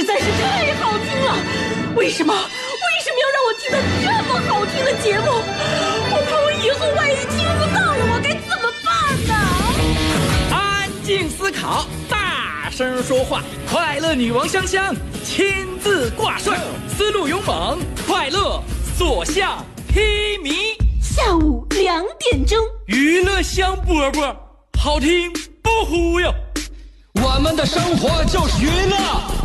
实在是太好听了，为什么要让我听到这么好听的节目？我怕我以后万一听不到了，我该怎么办呢？ 安静思考，大声说话，快乐女王香香亲自挂帅，思路勇猛，快乐所向披靡。 下午2点钟， 娱乐香饽饽，好听不忽悠。 我们的生活就是娱乐，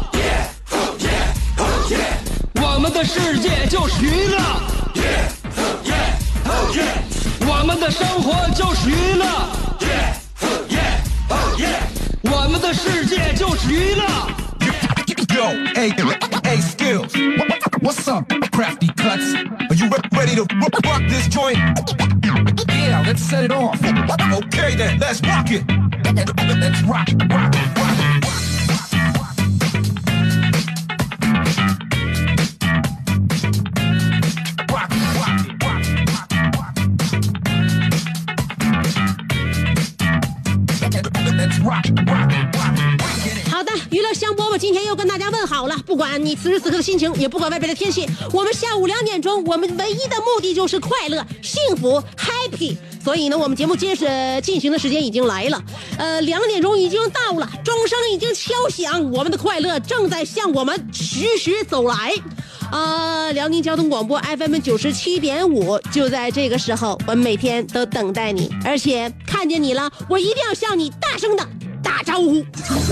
我们的世界就是娱乐，我们的生活就是娱乐，我们的世界就是娱乐。 Yo, hey, skills. What's up, crafty cuts? Are you ready to rock this joint? Yeah, let's set it off. Okay then, let's rock it. Let's rock. 好的，娱乐香饽饽今天又跟大家问好了。不管你此时此刻的心情，也不管外边的天气，我们下午2点钟，我们唯一的目的就是快乐、幸福、happy。所以呢，我们节目进行的时间已经来了，2点钟已经到了，钟声已经敲响，我们的快乐正在向我们徐徐走来。辽宁交通广播 FM 97.5，就在这个时候，我们每天都等待你，而且看见你了，我一定要向你大声的打招呼。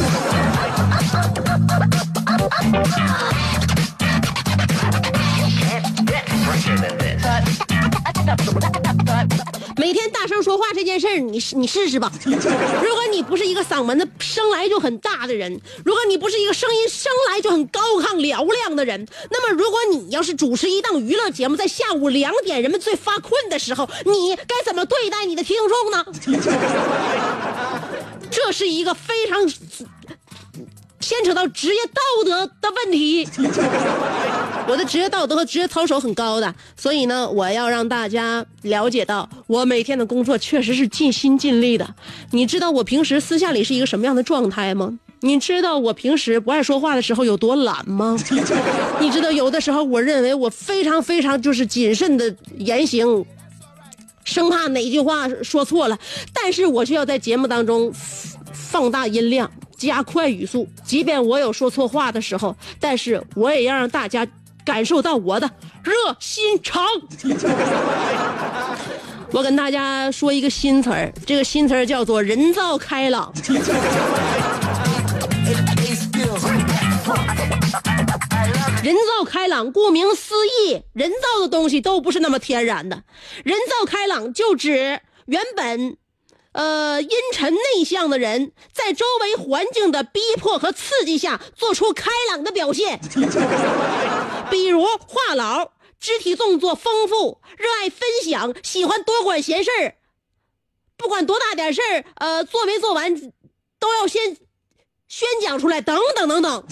每天大声说话这件事儿，你试试吧。如果你不是一个嗓门子生来就很大的人，如果你不是一个声音生来就很高亢嘹亮的人，那么如果你要是主持一档娱乐节目，在下午2点人们最发困的时候，你该怎么对待你的听众呢？这是一个非常牵扯到职业道德的问题。我的职业道德和职业操守很高的，所以呢，我要让大家了解到，我每天的工作确实是尽心尽力的。你知道我平时私下里是一个什么样的状态吗？你知道我平时不爱说话的时候有多懒吗？你知道有的时候我认为我非常非常就是谨慎的言行，生怕哪句话说错了，但是我却要在节目当中放大音量，加快语速，即便我有说错话的时候，但是我也要让大家感受到我的热心肠。我跟大家说一个新词儿，这个新词儿叫做人造开朗。人造开朗顾名思义，人造的东西都不是那么天然的。人造开朗就指原本阴沉内向的人，在周围环境的逼迫和刺激下做出开朗的表现。比如话痨，肢体动作丰富，热爱分享，喜欢多管闲事儿，不管多大点事儿，做没做完都要先宣讲出来，等等等等。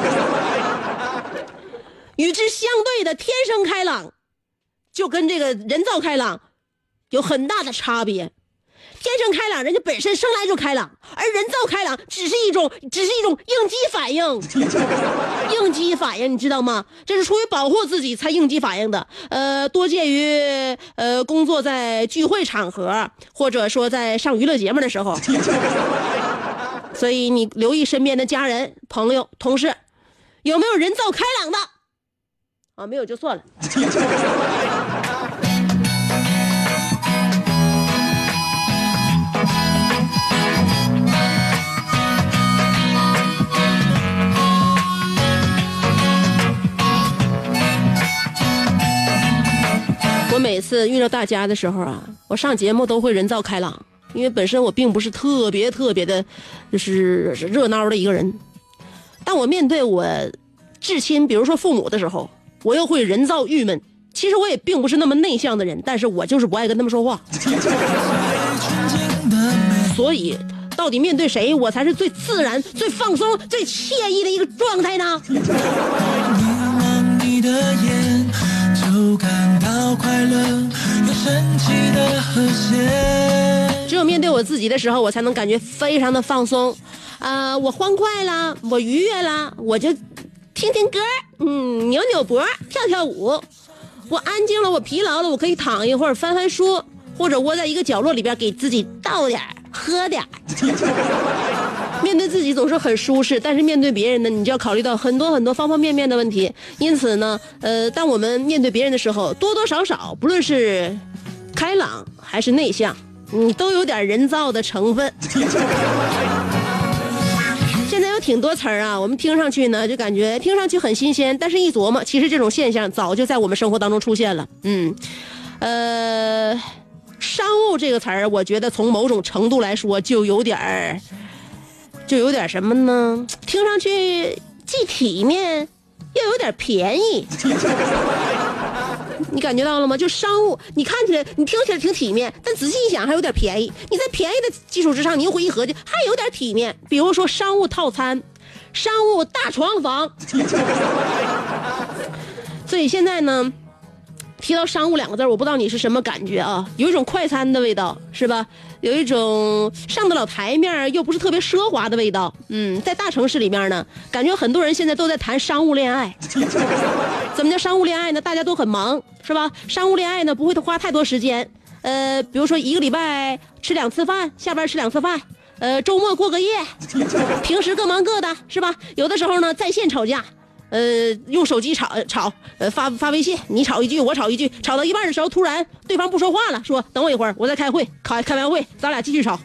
与之相对的天生开朗，就跟这个人造开朗有很大的差别。天生开朗，人家本身生来就开朗，而人造开朗只是一种应激反应。应激反应你知道吗？这是出于保护自己才应激反应的。多介于工作在聚会场合，或者说在上娱乐节目的时候。所以你留意身边的家人、朋友、同事，有没有人造开朗的？啊，没有就算了。我每次遇到大家的时候啊，我上节目都会人造开朗，因为本身我并不是特别的，就是热闹的一个人。但我面对我至亲，比如说父母的时候，我又会人造郁闷。其实我也并不是那么内向的人，但是我就是不爱跟他们说话。所以，到底面对谁，我才是最自然、最放松、最惬意的一个状态呢？就感到快乐，有神奇的和谐。只有面对我自己的时候，我才能感觉非常的放松。我欢快啦，我愉悦啦，我就听听歌，扭扭脖，跳跳舞。我安静了，我疲劳了，我可以躺一会儿，翻翻书，或者窝在一个角落里边给自己倒点喝点。面对自己总是很舒适，但是面对别人呢，你就要考虑到很多很多方方面面的问题。因此呢，当我们面对别人的时候，多多少少，不论是开朗还是内向，都有点人造的成分。现在有挺多词儿啊，我们听上去呢就感觉听上去很新鲜，但是一琢磨，其实这种现象早就在我们生活当中出现了。商务这个词儿，我觉得从某种程度来说就有点什么呢？听上去既体面又有点便宜。你感觉到了吗？就商务，你看起来你听起来挺体面，但仔细一想还有点便宜。你在便宜的基础之上，你又会一合计还有点体面。比如说商务套餐、商务大床房。所以现在呢，提到商务两个字，我不知道你是什么感觉啊？有一种快餐的味道，是吧？有一种上得了台面又不是特别奢华的味道。在大城市里面呢，感觉很多人现在都在谈商务恋爱。怎么叫商务恋爱呢？大家都很忙，是吧？商务恋爱呢，不会花太多时间。比如说一个礼拜吃2次饭，下班吃2次饭，周末过个夜，平时各忙各的，是吧？有的时候呢，在线吵架。用手机吵，发微信，你吵一句我吵一句，吵到一半的时候，突然对方不说话了，说等我一会儿，我在开会，开完会咱俩继续吵。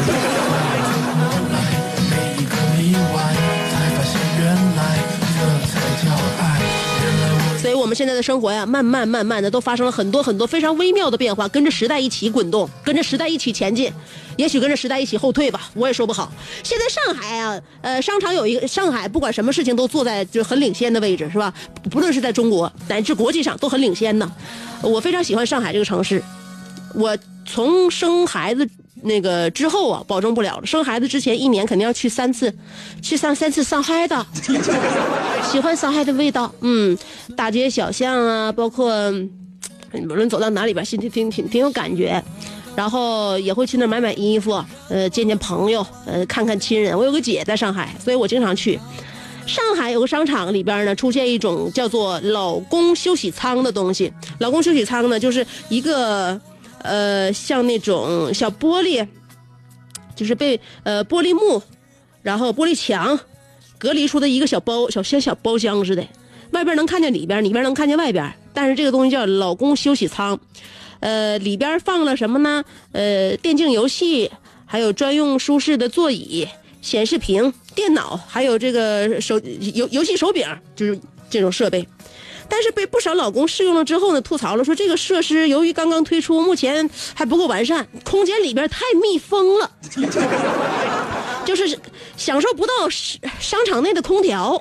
所以我们现在的生活呀，慢慢的都发生了很多很多非常微妙的变化，跟着时代一起滚动，跟着时代一起前进，也许跟着时代一起后退吧，我也说不好。现在上海啊，商场有一个上海，不管什么事情都坐在就很领先的位置，是吧？不论是在中国乃至国际上都很领先呢。我非常喜欢上海这个城市。我从生孩子那个之后啊，保证不了了。生孩子之前1年肯定要去3次，去3次上海的。喜欢上海的味道，大街小巷啊，包括无论走到哪里边，心里挺有感觉。然后也会去那买衣服，见朋友，看看亲人。我有个姐在上海，所以我经常去。上海有个商场里边呢，出现一种叫做老公休息舱的东西。老公休息舱呢，就是一个像那种小玻璃，就是被玻璃幕，然后玻璃墙隔离出的一个小包厢似的，外边能看见里边能看见外边。但是这个东西叫老公休息舱，里边放了什么呢？电竞游戏，还有专用舒适的座椅、显示屏、电脑，还有这个游戏手柄，就是这种设备。但是被不少老公试用了之后呢，吐槽了说这个设施由于刚刚推出，目前还不够完善，空间里边太密封了，就是享受不到商场内的空调。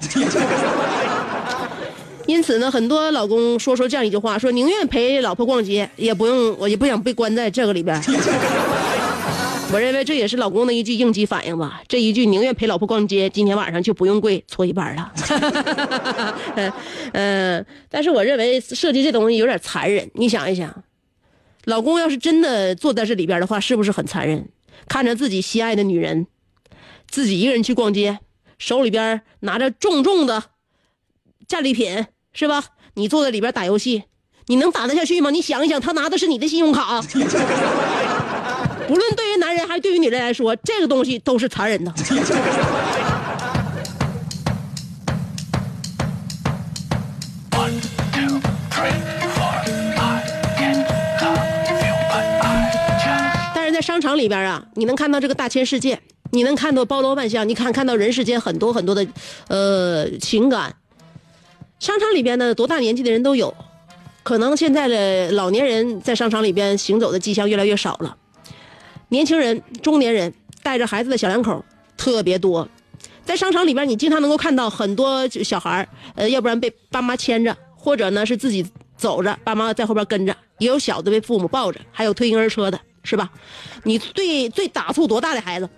因此呢，很多老公说这样一句话，说宁愿陪老婆逛街，我也不想被关在这个里边。我认为这也是老公的一句应激反应吧。这一句宁愿陪老婆逛街，今天晚上就不用跪搓衣板了。但是我认为设计这东西有点残忍。你想一想，老公要是真的坐在这里边的话，是不是很残忍？看着自己心爱的女人，自己一个人去逛街，手里边拿着重重的战利品，是吧？你坐在里边打游戏，你能打得下去吗？你想一想，他拿的是你的信用卡。无论对于男人还是对于女人来说，这个东西都是残忍的。但是在商场里边啊，你能看到这个大千世界，你能看到包罗万象，你看到人世间很多很多的情感。商场里边呢，多大年纪的人都有，可能现在的老年人在商场里边行走的迹象越来越少了。年轻人、中年人带着孩子的小两口特别多，在商场里边你经常能够看到很多小孩，要不然被爸妈牵着，或者呢是自己走着，爸妈在后边跟着，也有小的被父母抱着，还有推婴儿车的，是吧？你最打醋多大的孩子？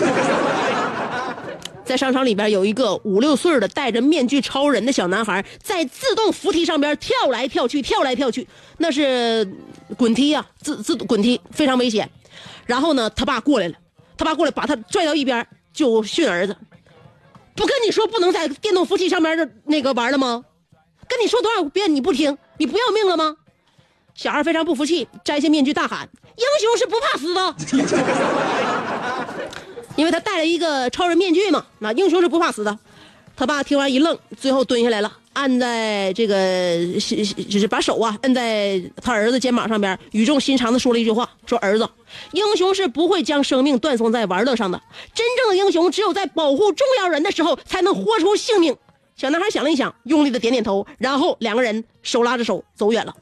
在商场里边有一个5、6岁的戴着面具超人的小男孩，在自动扶梯上边跳来跳去，那是滚梯啊，自滚梯非常危险。然后呢，他爸过来了，把他拽到一边就训儿子， 不跟你说不能在电动扶梯上面的那个玩了吗？跟你说多少遍你不听，你不要命了吗？小孩非常不服气，摘下面具大喊：英雄是不怕死的。因为他戴了一个超人面具嘛，那英雄是不怕死的。他爸听完一愣，最后蹲下来了，按在这个就是把手啊摁在他儿子肩膀上边，语重心长的说了一句话，说儿子，英雄是不会将生命断送在玩乐上的，真正的英雄只有在保护重要人的时候才能活出性命。小男孩想了一想，用力的点点头，然后两个人手拉着手走远了。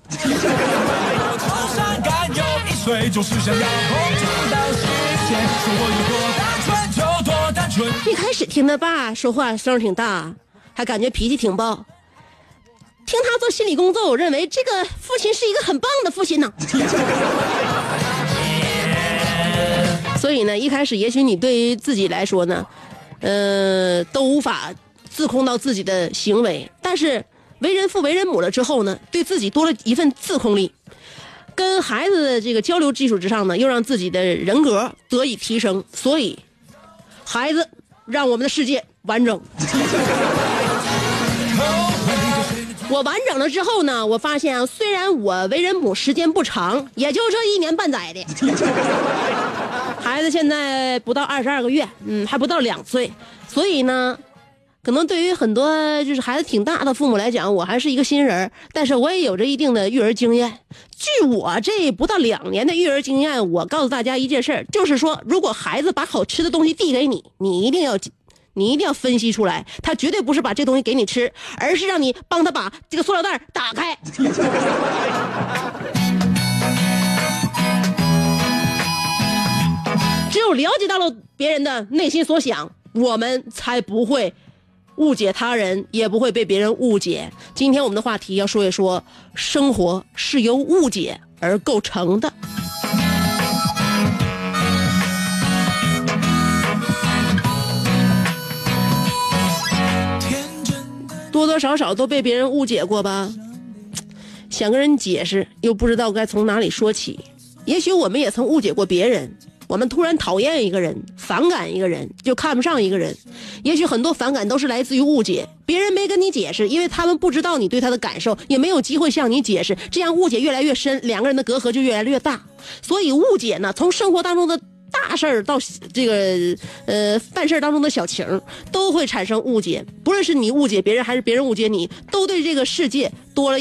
一开始听他爸说话声挺大，还感觉脾气挺暴，听他做心理工作，我认为这个父亲是一个很棒的父亲呢。所以呢，一开始也许你对于自己来说呢，都无法自控到自己的行为，但是为人父为人母了之后呢，对自己多了一份自控力，跟孩子的这个交流基础之上呢，又让自己的人格得以提升，所以孩子让我们的世界完整。我完整了之后呢，我发现啊，虽然我为人母时间不长，也就这1年半载的，孩子现在不到22个月，还不到2岁，所以呢，可能对于很多就是孩子挺大的父母来讲，我还是一个新人，但是我也有着一定的育儿经验。据我这不到2年的育儿经验，我告诉大家一件事，就是说，如果孩子把好吃的东西递给你，你一定要分析出来，他绝对不是把这东西给你吃，而是让你帮他把这个塑料袋打开。只有了解到了别人的内心所想，我们才不会误解他人，也不会被别人误解。今天我们的话题要说一说，生活是由误解而构成的。多多少少都被别人误解过吧，想跟人解释又不知道该从哪里说起。也许我们也曾误解过别人，我们突然讨厌一个人，反感一个人，就看不上一个人。也许很多反感都是来自于误解，别人没跟你解释，因为他们不知道你对他的感受，也没有机会向你解释，这样误解越来越深，两个人的隔阂就越来越大。所以误解呢，从生活当中的大事儿到这个办事当中的小情，都会产生误解。不论是你误解别人还是别人误解你，都对这个世界多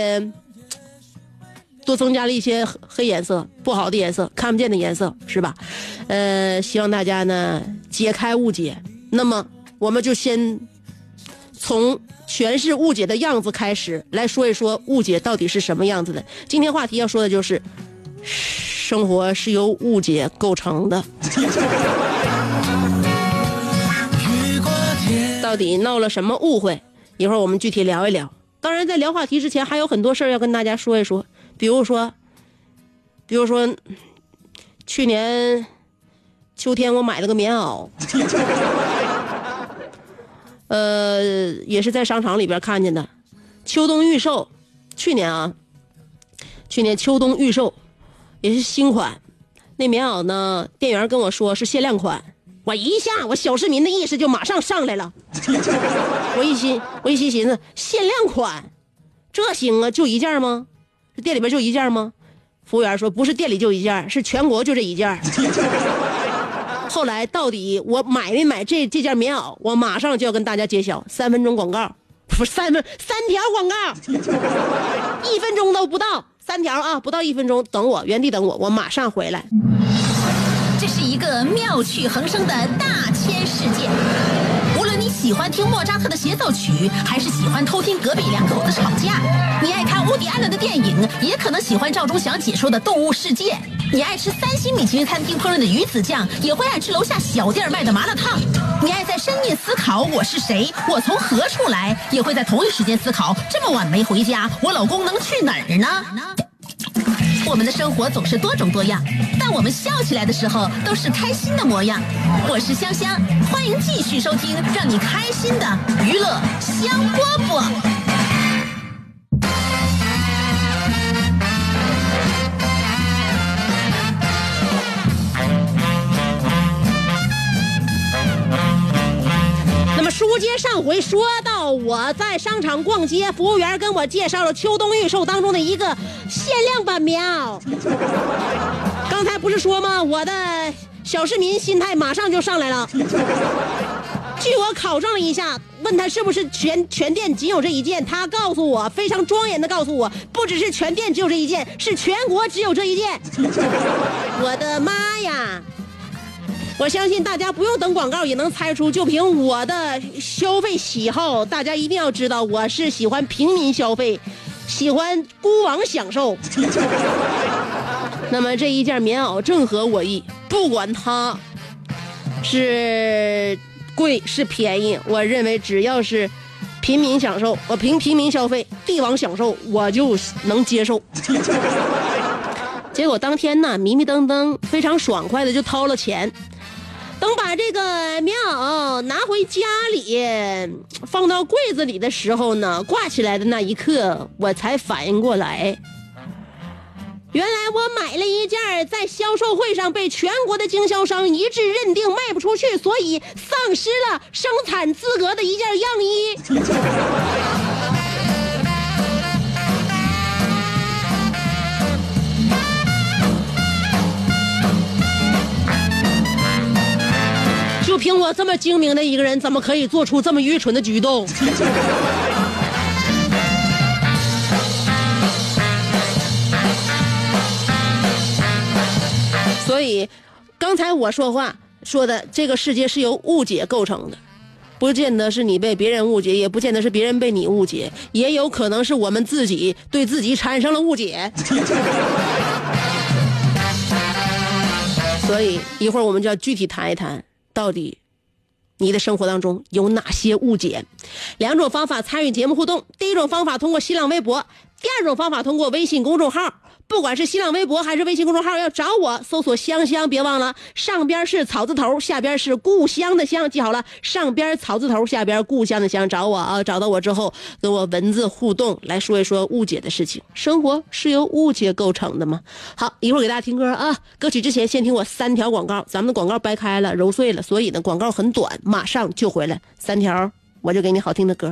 增加了一些黑颜色，不好的颜色，看不见的颜色，是吧？希望大家呢解开误解。那么我们就先从诠释误解的样子开始来说一说误解到底是什么样子的。今天话题要说的就是生活是由误解构成的。到底闹了什么误会？一会儿我们具体聊一聊。当然在聊话题之前还有很多事儿要跟大家说一说，比如说去年秋天我买了个棉袄，也是在商场里边看见的，秋冬预售，去年秋冬预售也是新款。那棉袄呢，店员跟我说是限量款，我小市民的意识就马上上来了。我一心寻思，限量款这行啊，就一件吗？店里边就一件吗？服务员说不是店里就一件，是全国就这一件。后来到底我买没买这件棉袄，我马上就要跟大家揭晓。3分钟广告，不是3条广告，1分钟都不到，3条啊，不到1分钟，等我，原地等我，我马上回来。 这是一个妙趣横生的大千世界，无论你喜欢听莫扎特的协奏曲，还是喜欢偷听隔壁两口子吵架，你爱看乌迪·艾伦的电影，也可能喜欢赵忠祥解说的动物世界，你爱吃3星米其林餐厅烹饪的鱼子酱，也会爱吃楼下小店卖的麻辣烫，你爱在深夜思考我是谁，我从何处来，也会在同一时间思考这么晚没回家，我老公能去哪儿呢？我们的生活总是多种多样，但我们笑起来的时候都是开心的模样。我是香香，欢迎继续收听让你开心的娱乐香饽饽。 那么书接上回说到我在商场逛街，服务员跟我介绍了秋冬预售当中的一个限量版棉袄。刚才不是说吗？我的小市民心态马上就上来了。据我考证了一下，问他是不是全店仅有这一件，他告诉我，非常庄严的告诉我，不只是全店只有这一件，是全国只有这一件。我的妈呀！我相信大家不用等广告也能猜出，就凭我的消费喜好，大家一定要知道我是喜欢平民消费，喜欢孤王享受。那么这一件棉袄正合我意，不管它是贵是便宜，我认为只要是平民享受，我平民消费，帝王享受，我就能接受。结果当天呢，迷迷瞪瞪，非常爽快的就掏了钱。等把这个棉袄拿回家里，放到柜子里的时候呢，挂起来的那一刻，我才反应过来，原来我买了一件在销售会上被全国的经销商一致认定卖不出去，所以丧失了生产资格的一件样衣。就凭我这么精明的一个人，怎么可以做出这么愚蠢的举动？所以刚才我说的这个世界是由误解构成的，不见得是你被别人误解，也不见得是别人被你误解，也有可能是我们自己对自己产生了误解。所以一会儿我们就要具体谈一谈，到底你的生活当中有哪些误解。两种方法参与节目互动，第一种方法通过新浪微博，第二种方法通过微信公众号。不管是新浪微博还是微信公众号，要找我搜索香香，别忘了上边是草字头，下边是故乡的乡，记好了，上边草字头，下边故乡的乡，找我啊！找到我之后跟我文字互动，来说一说误解的事情。生活是由误解构成的吗？好，一会儿给大家听歌啊，歌曲之前先听我3条广告，咱们的广告掰开了揉碎了，所以呢广告很短，马上就回来，3条我就给你好听的歌。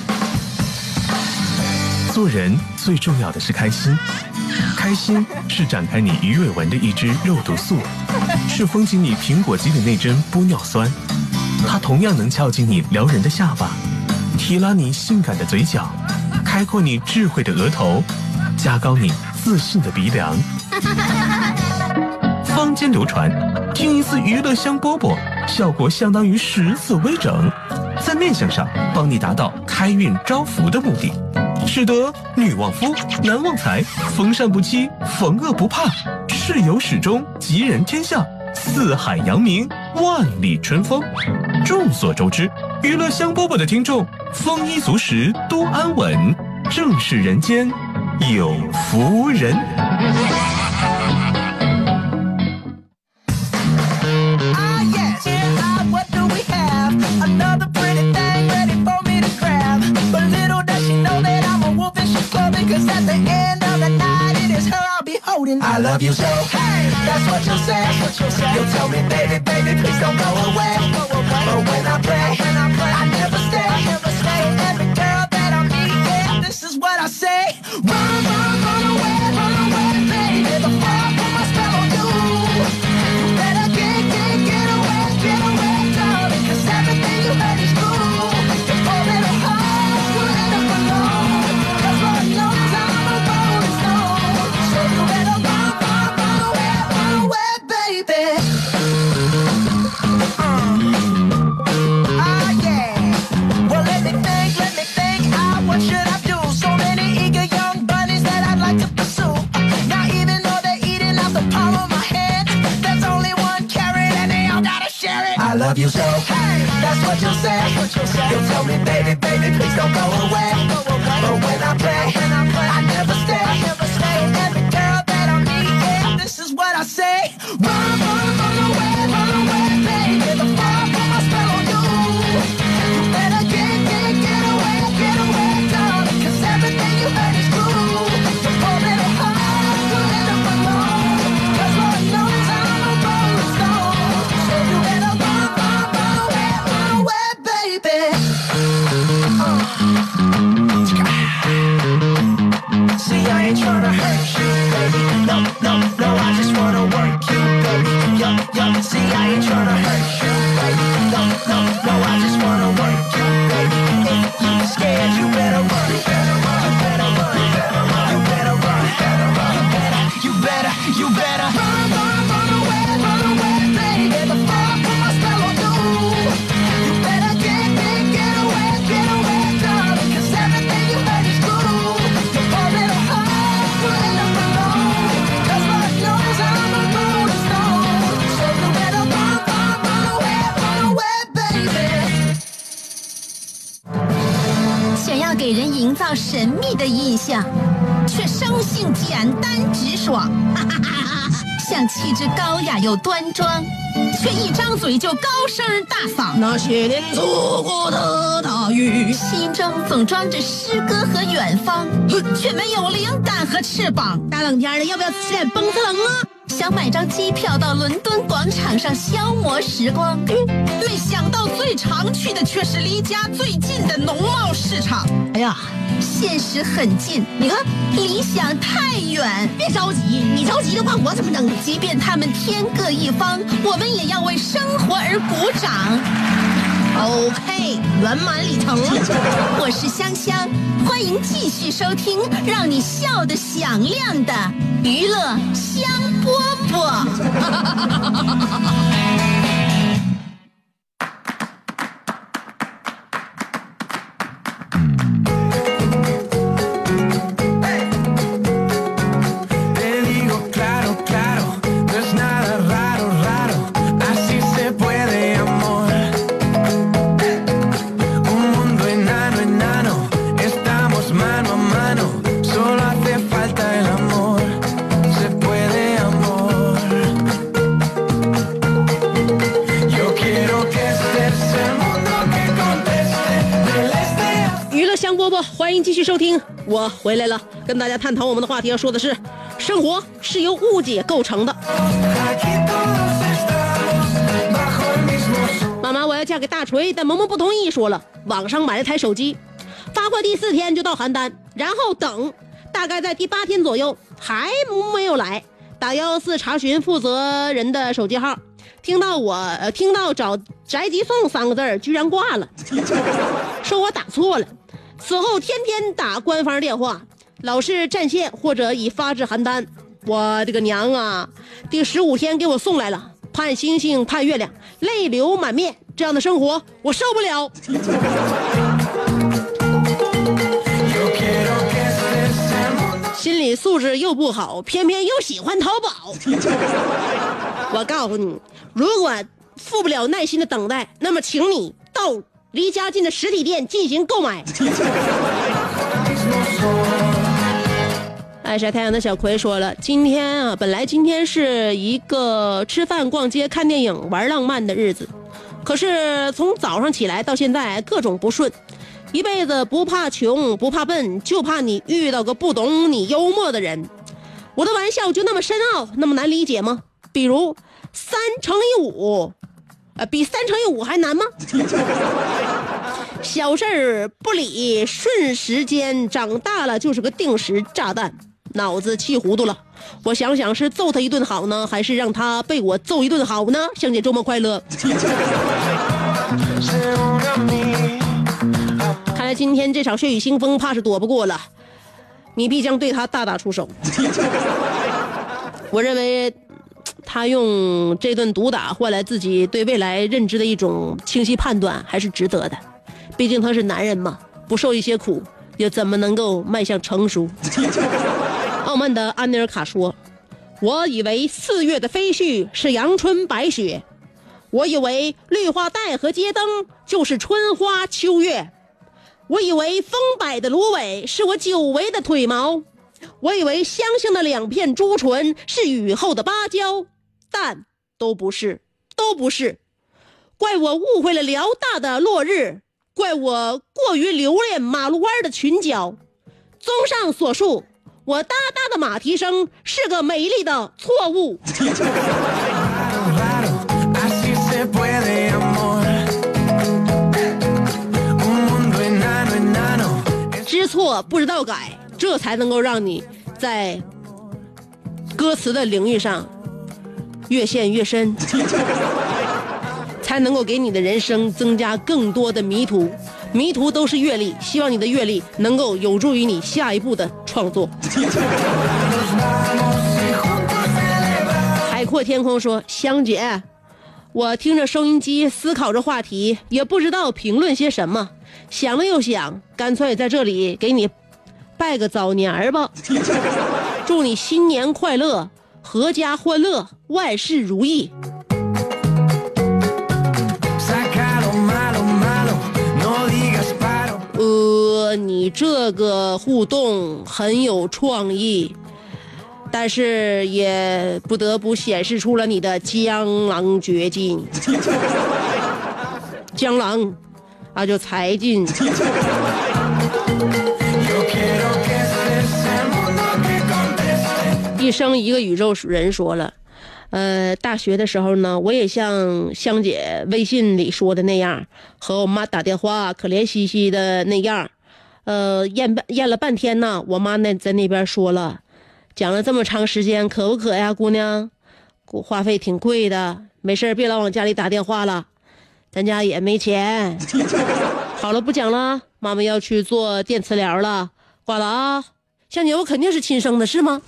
做人最重要的是开心，开心是展开你鱼尾纹的一支肉毒素，是封紧你苹果肌的那针玻尿酸，它同样能翘起你撩人的下巴，提拉你性感的嘴角，开阔你智慧的额头，加高你自信的鼻梁。坊间流传，听一次娱乐香饽饽，效果相当于10次微整，在面相上帮你达到开运招福的目的，使得女旺夫，男旺财，逢善不欺，逢恶不怕，事有始终，吉人天下，四海扬名，万里春风。众所周知，娱乐香饽饽的听众丰衣足食，都安稳，正是人间有福人。 I love you so, hey, that's what you say. You tell me, baby, baby, please don't go away. But when I play, I never stay. So every girl that I meet, yeah, this is what I say. Run, run, run away, baby, before I put my spell on you. You better get away, darling, 'cause everything you heard is true. You're falling apart, you'll end up alone. 'Cause Lord knows I'm a rolling stone. So you better run away, baby. Yeah. Well, let me think. What should I do? So many eager young bunnies that I'd like to pursue. Now even though they're eating out the palm of my hand, there's only one carrot and they all gotta share it. I love you so, hey, that's what you say. You tell me, baby, baby, please don't go away. But when I play, I never stay. Every girl that I meet, yeah, this is what I say. Run away, baby, before I put my spell on you. You better get away, darling, 'cause everything you heard is true. You're falling apart, you'll end up alone. 'Cause Lord knows I'm a rolling stone. So you better run away, baby. 营造神秘的印象，却生性简单直爽，哈哈哈哈，像气质高雅又端庄，却一张嘴就高声大嗓。 那些年错过的大雨， 心中总装着诗歌和远方，却没有灵感和翅膀。 大冷天的，要不要吃点蹦特冷啊？ 想买张机票到伦敦广场上消磨时光，没想到最常去的却是离家最近的农贸市场。 哎呀， 现实很近，你看理想太远。 别着急，你着急的话我怎么整？ 即便他们天各一方，我们也要为生活而鼓掌。 OK， 圆满礼成了。 我是香香，欢迎继续收听让你笑得响亮的娱乐香饽饽。 欢迎继续收听，我回来了，跟大家探讨我们的话题，要说的是，生活是由误解构成的。妈妈，我要嫁给大锤，但萌萌不同意，说了，网上买了台手机，发货第4天就到邯郸，然后等，大概在第8天左右还没有来，打114查询负责人的手机号，听到找宅急送3个字，居然挂了，说我打错了。此后天天打官方电话，老是占线或者已发至邯郸。我的个娘啊！第15天给我送来了，盼星星盼月亮，泪流满面，这样的生活我受不了。心理素质又不好，偏偏又喜欢淘宝。我告诉你，如果负不了耐心的等待，那么请你到离家近的实体店进行购买。爱晒太阳的小葵说了，本来今天是一个吃饭逛街看电影玩浪漫的日子，可是从早上起来到现在各种不顺，一辈子不怕穷不怕笨，就怕你遇到个不懂你幽默的人。我的玩笑就那么深奥那么难理解吗？比如3乘以5比3乘以5还难吗？小事儿不理顺时间，长大了就是个定时炸弹，脑子气糊涂了。我想想是揍他一顿好呢，还是让他被我揍一顿好呢？香姐周末快乐。看来今天这场血雨腥风怕是躲不过了，你必将对他大打出手。我认为他用这顿毒打换来自己对未来认知的一种清晰判断，还是值得的。毕竟他是男人嘛，不受一些苦，又怎么能够迈向成熟？傲慢的安尼尔卡说：“我以为4月的飞絮是阳春白雪，我以为绿化带和街灯就是春花秋月，我以为风摆的芦苇是我久违的腿毛，我以为香香的2片朱唇是雨后的芭蕉，但都不是，都不是。怪我误会了辽大的落日，怪我过于留恋马路湾的群角。综上所述，我哒哒的马蹄声是个美丽的错误。”知错不知道改，这才能够让你在歌词的领域上越陷越深，才能够给你的人生增加更多的迷途。迷途都是阅历，希望你的阅历能够有助于你下一步的创作。海阔天空说：“香姐，我听着收音机思考着话题，也不知道评论些什么，想了又想，干脆在这里给你拜个早年吧。祝你新年快乐，阖家欢乐，万事如意。” 说你这个互动很有创意，但是也不得不显示出了你的江郎绝尽。江郎啊，就才尽。一生一个宇宙人说了，大学的时候呢，我也像香姐微信里说的那样，和我妈打电话可怜兮兮的那样，验了半天呢，我妈呢在那边说了，讲了这么长时间，可不可呀，姑娘？话费挺贵的，没事别老往家里打电话了，咱家也没钱。好了，不讲了，妈妈要去做电磁疗了，挂了啊。香姐，我肯定是亲生的，是吗？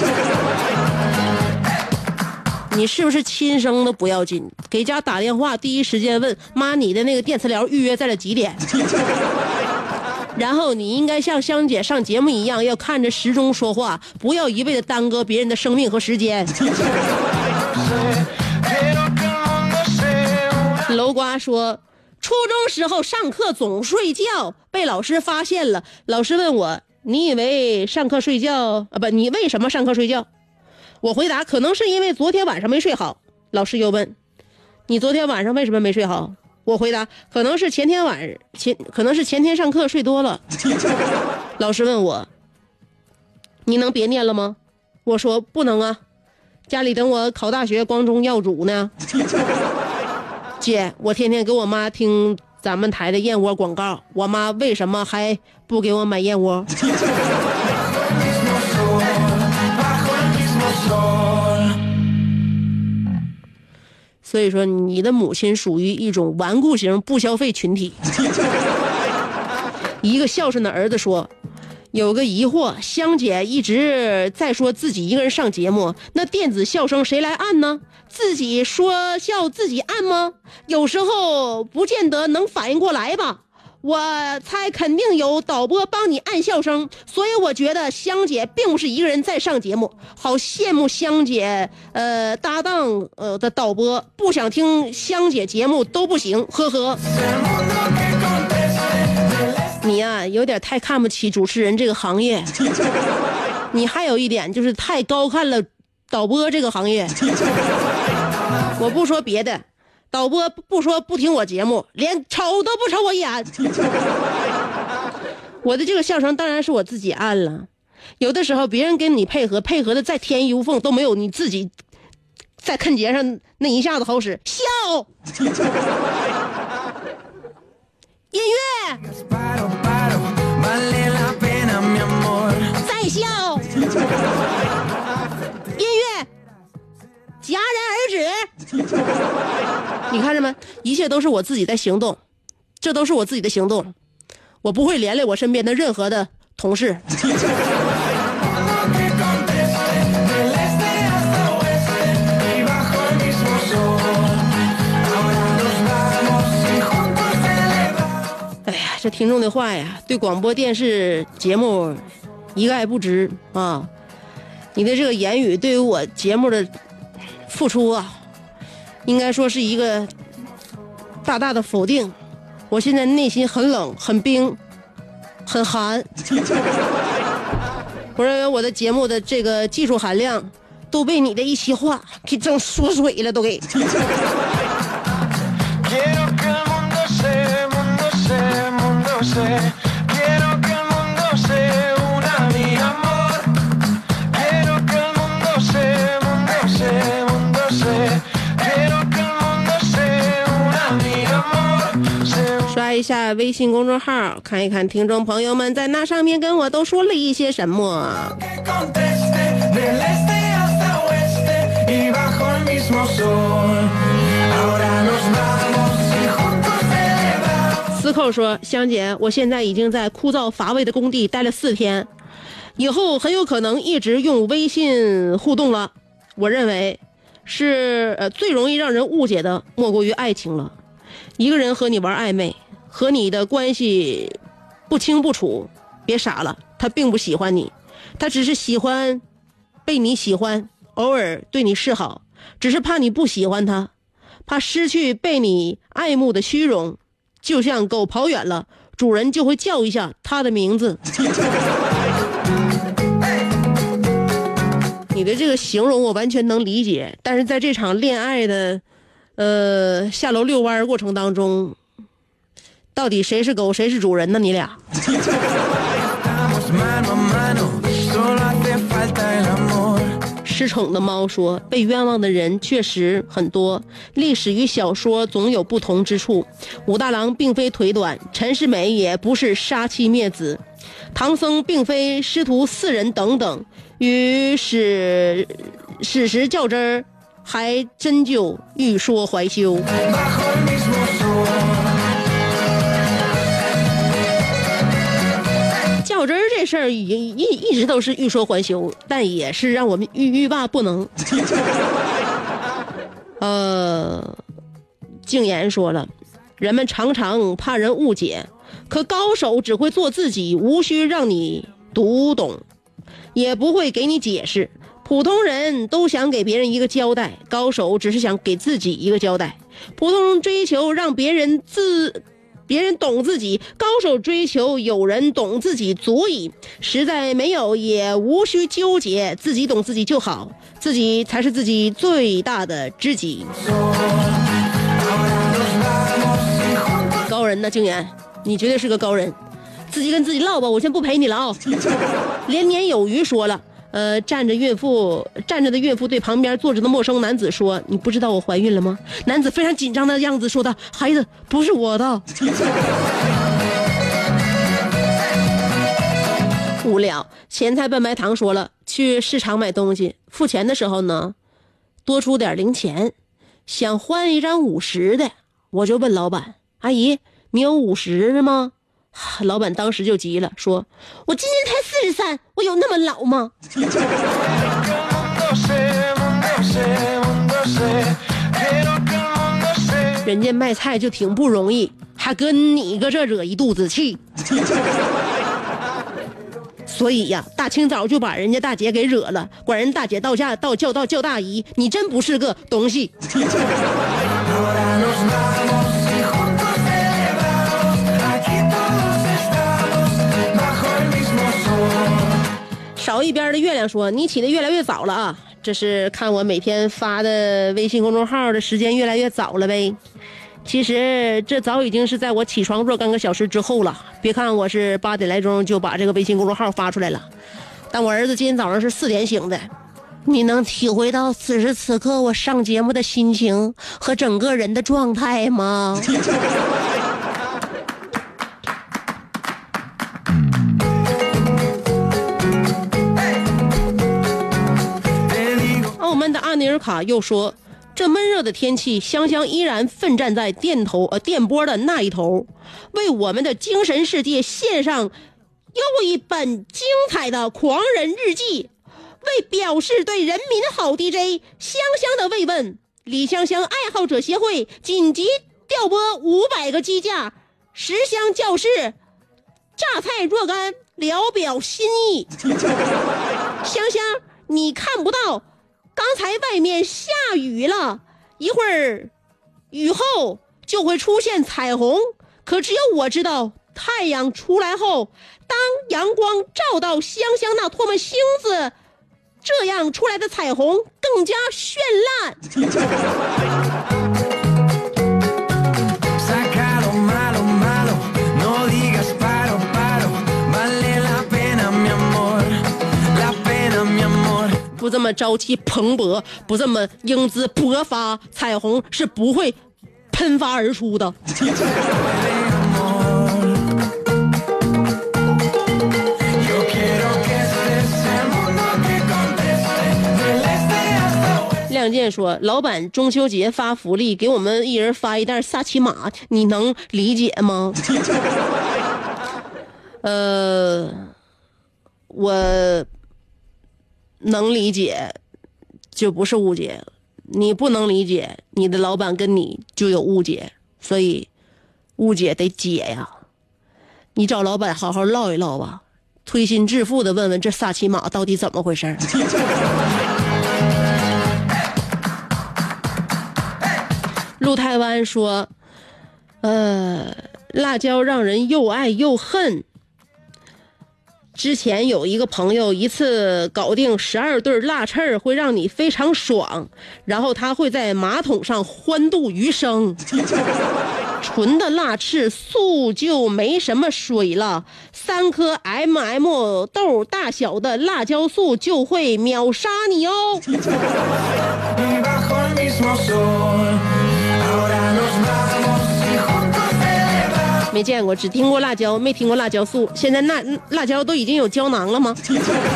你是不是亲生的不要紧，给家打电话第一时间问妈，你的那个电磁疗预约在了几点？然后你应该像香姐上节目一样，要看着时钟说话，不要一味的耽搁别人的生命和时间。楼瓜说，初中时候上课总睡觉，被老师发现了，老师问我，你以为上课睡觉你为什么上课睡觉？我回答，可能是因为昨天晚上没睡好。老师又问，你昨天晚上为什么没睡好？我回答，可能是前天上课睡多了。老师问我，你能别念了吗？我说不能啊，家里等我考大学光宗耀祖呢。姐，我天天给我妈听咱们台的燕窝广告，我妈为什么还不给我买燕窝？所以说你的母亲属于一种顽固型不消费群体。一个孝顺的儿子说，有个疑惑，香姐一直在说自己一个人上节目，那电子笑声谁来按呢？自己说笑自己按吗？有时候不见得能反应过来吧。我猜肯定有导播帮你按笑声，所以我觉得香姐并不是一个人在上节目。好羡慕香姐搭档的导播，不想听香姐节目都不行，呵呵。你呀，有点太看不起主持人这个行业。你还有一点就是太高看了导播这个行业。我不说别的，导播不说不听我节目，连瞅都不瞅我一眼。我的这个笑声当然是我自己按了，有的时候别人跟你配合的再天衣无缝都没有你自己在坑节上那一下子好使。笑，音乐，再笑，音乐，戛然而止。你看着没？一切都是我自己在行动，这都是我自己的行动，我不会连累我身边的任何的同事。哎呀，这听众的话呀，对广播电视节目一概不知啊！你的这个言语对于我节目的付出啊，应该说是一个大大的否定。我现在内心很冷、很冰、很寒。我认为我的节目的这个技术含量都被你的一席话给整缩水了，都给。刷一下微信公众号，看一看听众朋友们在那上面跟我都说了一些什么。司寇说，香姐，我现在已经在枯燥乏味的工地待了4天，以后很有可能一直用微信互动了。我认为是最容易让人误解的莫过于爱情了。一个人和你玩暧昧，和你的关系不清不楚，别傻了，他并不喜欢你，他只是喜欢被你喜欢，偶尔对你示好，只是怕你不喜欢他，怕失去被你爱慕的虚荣。就像狗跑远了， 主人就会叫一下他的名字。你的这个形容我完全能理解，但是在这场恋爱的下楼遛弯过程当中，到底谁是狗谁是主人呢？你俩失宠的猫说，被冤枉的人确实很多，历史与小说总有不同之处。武大郎并非腿短，陈世美也不是杀妻灭子，唐僧并非师徒4人等等，与史实较真儿，还真就欲说还休。较真儿这事儿一直都是欲说还休，但也是让我们欲罢不能。静言说了，人们常常怕人误解，可高手只会做自己，无需让你读懂，也不会给你解释。普通人都想给别人一个交代，高手只是想给自己一个交代。普通人追求让别人懂自己，高手追求有人懂自己足矣。实在没有也无需纠结，自己懂自己就好，自己才是自己最大的知己。高人呢，静言，你绝对是个高人，自己跟自己唠吧，我先不陪你了啊。连年有余说了，站着的孕妇对旁边坐着的陌生男子说，你不知道我怀孕了吗？男子非常紧张的样子说道，孩子不是我的。无聊，咸菜拌白糖说了，去市场买东西，付钱的时候呢，多出点零钱，想换一张50的，我就问老板，阿姨你有50的吗？老板当时就急了，说，我今年才43，我有那么老吗？人家卖菜就挺不容易，还跟你搁这惹一肚子气。所以呀，大清早就把人家大姐给惹了，管人大姐叫大姨，你真不是个东西。少一边的月亮说，你起得越来越早了啊，这是看我每天发的微信公众号的时间越来越早了呗。其实这早已经是在我起床若干个小时之后了，别看我是8点来钟就把这个微信公众号发出来了，但我儿子今天早上是4点醒的。你能体会到此时此刻我上节目的心情和整个人的状态吗？澳门的阿尼尔卡又说，这闷热的天气，香香依然奋战在电波的那一头，为我们的精神世界献上又一本精彩的狂人日记。为表示对人民好 DJ 香香的慰问，李香香爱好者协会紧急调拨500个机架，10箱教室，榨菜若干，聊表心意。香香，你看不到，刚才外面下雨了，一会儿雨后就会出现彩虹，可只有我知道，太阳出来后，当阳光照到香香那唾沫星子，这样出来的彩虹更加绚烂。不这么朝气蓬勃，不这么英姿勃发，彩虹是不会喷发而出的。亮剑说，老板中秋节发福利，给我们一人发一袋萨琪玛，你能理解吗？我能理解，就不是误解。你不能理解，你的老板跟你就有误解，所以误解得解呀。你找老板好好唠一唠吧，推心置腹的问问这萨琪玛到底怎么回事。陆台湾说， 辣椒让人又爱又恨。之前有一个朋友一次搞定12对辣翅儿，会让你非常爽，然后他会在马桶上欢度余生。纯的辣翅素就没什么水了，3颗 MM 豆大小的辣椒素就会秒杀你哦。没见过，只听过辣椒，没听过辣椒素。现在那辣椒都已经有胶囊了吗？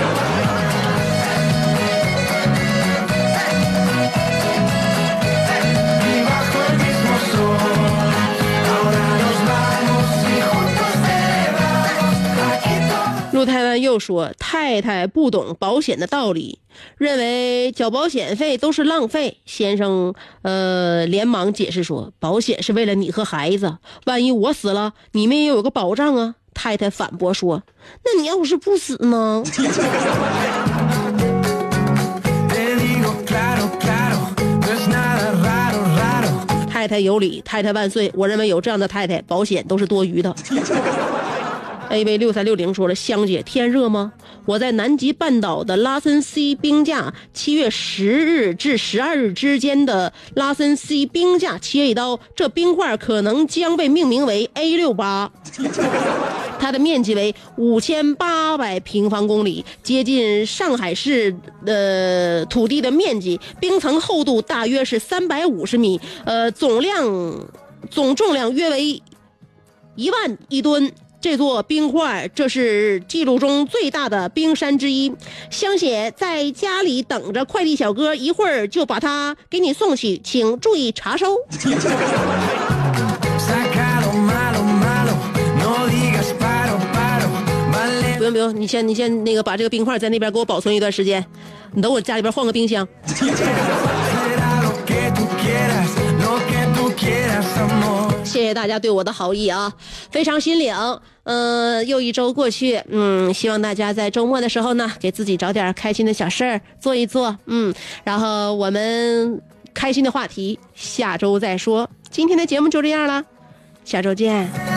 陆太湾又说，太太不懂保险的道理，认为缴保险费都是浪费。先生连忙解释说，保险是为了你和孩子，万一我死了，你们也有个保障啊。太太反驳说，那你要是不死呢？太太有理，太太万岁。我认为有这样的太太，保险都是多余的。AV6360 说了，香姐天热吗？我在南极半岛的拉森 C 冰架7月10日至12日之间的拉森 C 冰架切一刀，这冰块可能将被命名为 A68， 它的面积为5800平方公里，接近上海市土地的面积，冰层厚度大约是350米，总重量约为11000吨。这座冰块，这是记录中最大的冰山之一。香姐在家里等着快递小哥，一会儿就把它给你送去，请注意查收。不用，你先那个把这个冰块在那边给我保存一段时间，你等我家里边换个冰箱。谢谢大家对我的好意啊，非常心领。又一周过去，希望大家在周末的时候呢，给自己找点开心的小事儿做一做，然后我们开心的话题下周再说。今天的节目就这样了，下周见。